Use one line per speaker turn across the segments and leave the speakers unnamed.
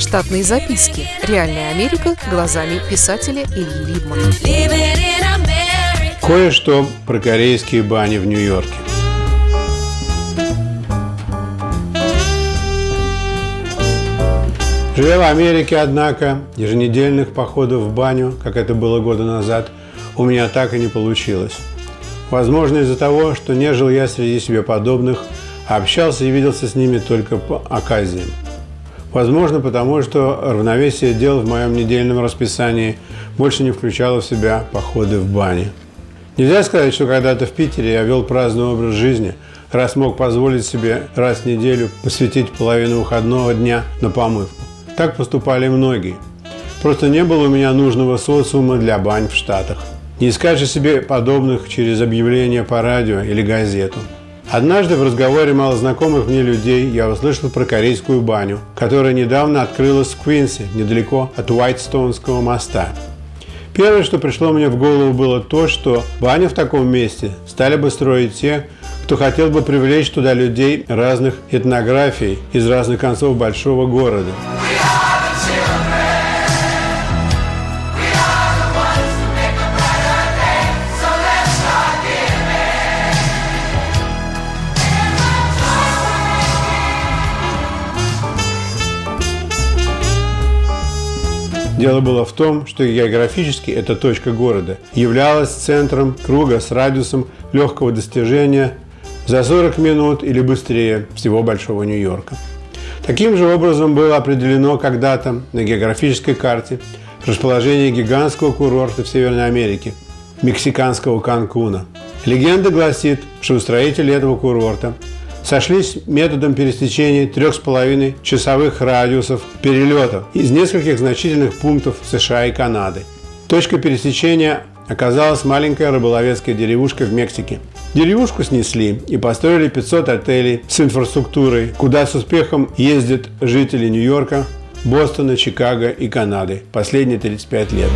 Штатные записки. Реальная Америка глазами писателя Ильи Либмана.
Кое-что про корейские бани в Нью-Йорке. Живя в Америке, однако, еженедельных походов в баню, как это было года назад, у меня так и не получилось. Возможно, из-за того, что не жил я среди себе подобных, а общался и виделся с ними только по оказиям. Возможно, потому что равновесие дел в моем недельном расписании больше не включало в себя походы в бане. Нельзя сказать, что когда-то в Питере я вел праздный образ жизни, раз мог позволить себе раз в неделю посвятить половину выходного дня на помывку. Так поступали многие. Просто не было у меня нужного социума для бань в Штатах. Не искать же себе подобных через объявления по радио или газету. Однажды в разговоре малознакомых мне людей я услышал про корейскую баню, которая недавно открылась в Квинсе, недалеко от Уайтстоунского моста. Первое, что пришло мне в голову, было то, что баню в таком месте стали бы строить те, кто хотел бы привлечь туда людей разных этнографий из разных концов большого города. Дело было в том, что географически эта точка города являлась центром круга с радиусом легкого достижения за 40 минут или быстрее всего Большого Нью-Йорка. Таким же образом было определено когда-то на географической карте расположение гигантского курорта в Северной Америке – мексиканского Канкуна. Легенда гласит, что устроители этого курорта сошлись методом пересечения 3,5 часовых радиусов перелетов из нескольких значительных пунктов США и Канады. Точкой пересечения оказалась маленькая рыболовецкая деревушка в Мексике. Деревушку снесли и построили 500 отелей с инфраструктурой, куда с успехом ездят жители Нью-Йорка, Бостона, Чикаго и Канады последние 35 лет.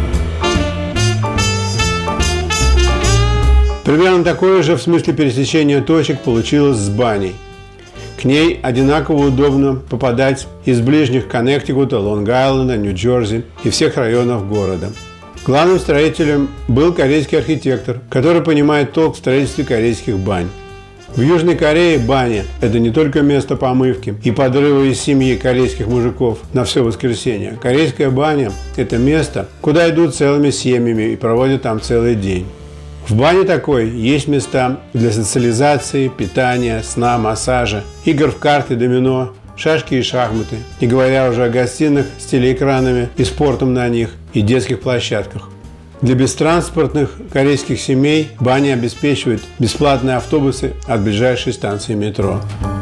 Примерно такое же в смысле пересечения точек получилось с баней. К ней одинаково удобно попадать из ближних Коннектикута, Лонг-Айленда, Нью-Джерси и всех районов города. Главным строителем был корейский архитектор, который понимает толк в строительстве корейских бань. В Южной Корее баня – это не только место помывки и подрыва из семьи корейских мужиков на все воскресенье. Корейская баня – это место, куда идут целыми семьями и проводят там целый день. В бане такой есть места для социализации, питания, сна, массажа, игр в карты, домино, шашки и шахматы, не говоря уже о гостиных с телеэкранами и спортом на них, и детских площадках. Для бестранспортных корейских семей бани обеспечивают бесплатные автобусы от ближайшей станции метро.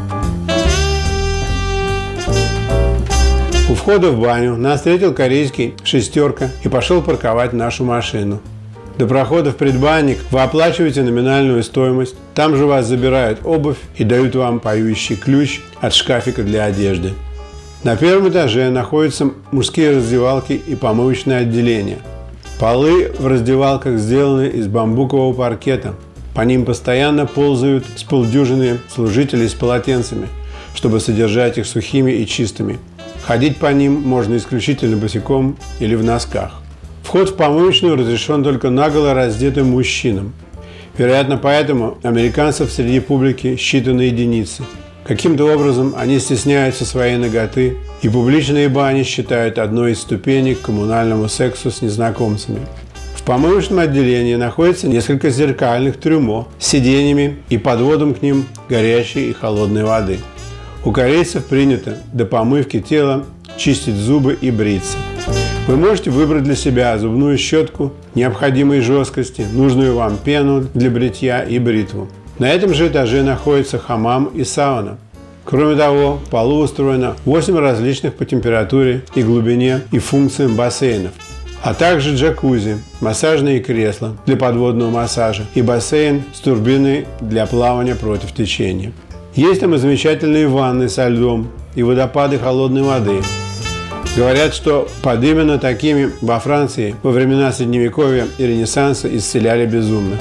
У входа в баню нас встретил корейский «шестерка» и пошел парковать нашу машину. До прохода в предбанник вы оплачиваете номинальную стоимость, там же вас забирают обувь и дают вам поющий ключ от шкафика для одежды. На первом этаже находятся мужские раздевалки и помывочное отделение. Полы в раздевалках сделаны из бамбукового паркета. По ним постоянно ползают с полдюжины служителей с полотенцами, чтобы содержать их сухими и чистыми. Ходить по ним можно исключительно босиком или в носках. Вход в помывочную разрешен только наголо раздетым мужчинам. Вероятно, поэтому американцев среди публики считаны единицы. Каким-то образом они стесняются своей наготы, и публичные бани считают одной из ступеней к коммунальному сексу с незнакомцами. В помывочном отделении находится несколько зеркальных трюмо с сиденьями и подводом к ним горячей и холодной воды. У корейцев принято до помывки тела чистить зубы и бриться. Вы можете выбрать для себя зубную щетку необходимой жесткости, нужную вам пену для бритья и бритву. На этом же этаже находится хамам и сауна. Кроме того, в полу устроено 8 различных по температуре и глубине и функциям бассейнов, а также джакузи, массажные кресла для подводного массажа и бассейн с турбиной для плавания против течения. Есть там и замечательные ванны со льдом и водопады холодной воды. Говорят, что под именно такими во Франции во времена Средневековья и Ренессанса исцеляли безумных.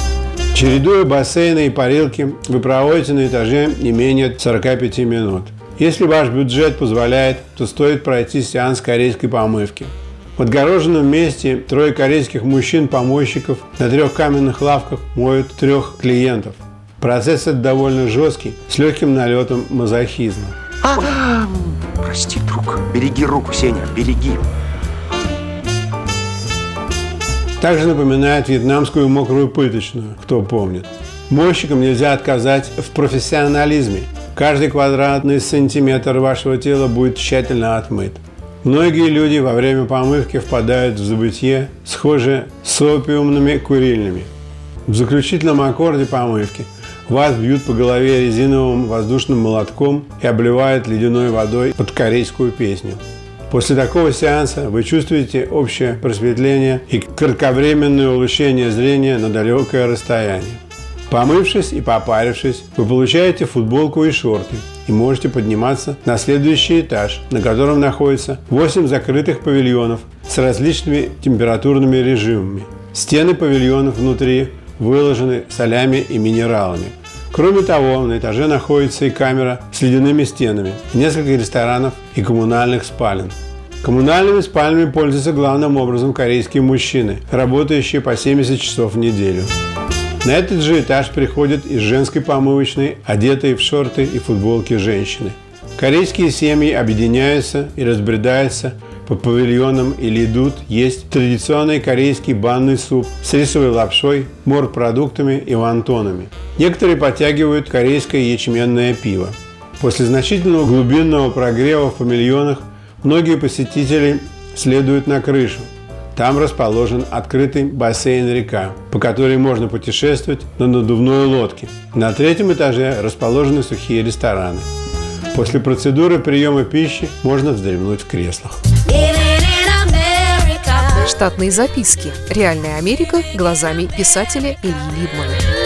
Чередуя бассейны и парилки, вы проводите на этаже не менее 45 минут. Если ваш бюджет позволяет, то стоит пройти сеанс корейской помывки. В отгороженном месте 3 корейских мужчин-помойщиков на 3 каменных лавках моют 3 клиентов. Процесс этот довольно жесткий, с легким налетом мазохизма.
Прости, друг. Береги руку, Сеня, береги.
Также напоминает вьетнамскую мокрую пыточную, кто помнит. Мойщикам нельзя отказать в профессионализме. Каждый квадратный сантиметр вашего тела будет тщательно отмыт. Многие люди во время помывки впадают в забытье, схожее с опиумными курильнями. В заключительном аккорде помывки вас бьют по голове резиновым воздушным молотком и обливают ледяной водой под корейскую песню. После такого сеанса вы чувствуете общее просветление и кратковременное улучшение зрения на далекое расстояние. Помывшись и попарившись, вы получаете футболку и шорты и можете подниматься на следующий этаж, на котором находится 8 закрытых павильонов с различными температурными режимами. Стены павильонов внутри выложены солями и минералами. Кроме того, на этаже находится и камера с ледяными стенами, несколько ресторанов и коммунальных спален. Коммунальными спальнями пользуются главным образом корейские мужчины, работающие по 70 часов в неделю. На этот же этаж приходят из женской помывочной, одетые в шорты и футболки женщины. Корейские семьи объединяются и разбредаются по павильонам или идут есть традиционный корейский банный суп с рисовой лапшой, морпродуктами и вонтонами. Некоторые подтягивают корейское ячменное пиво. После значительного глубинного прогрева в павильонах многие посетители следуют на крышу. Там расположен открытый бассейн-река, по которой можно путешествовать на надувной лодке. На 3-м этаже расположены сухие рестораны. После процедуры приема пищи можно вздремнуть в креслах.
Штатные записки. Реальная Америка глазами писателя Ильи Либмана.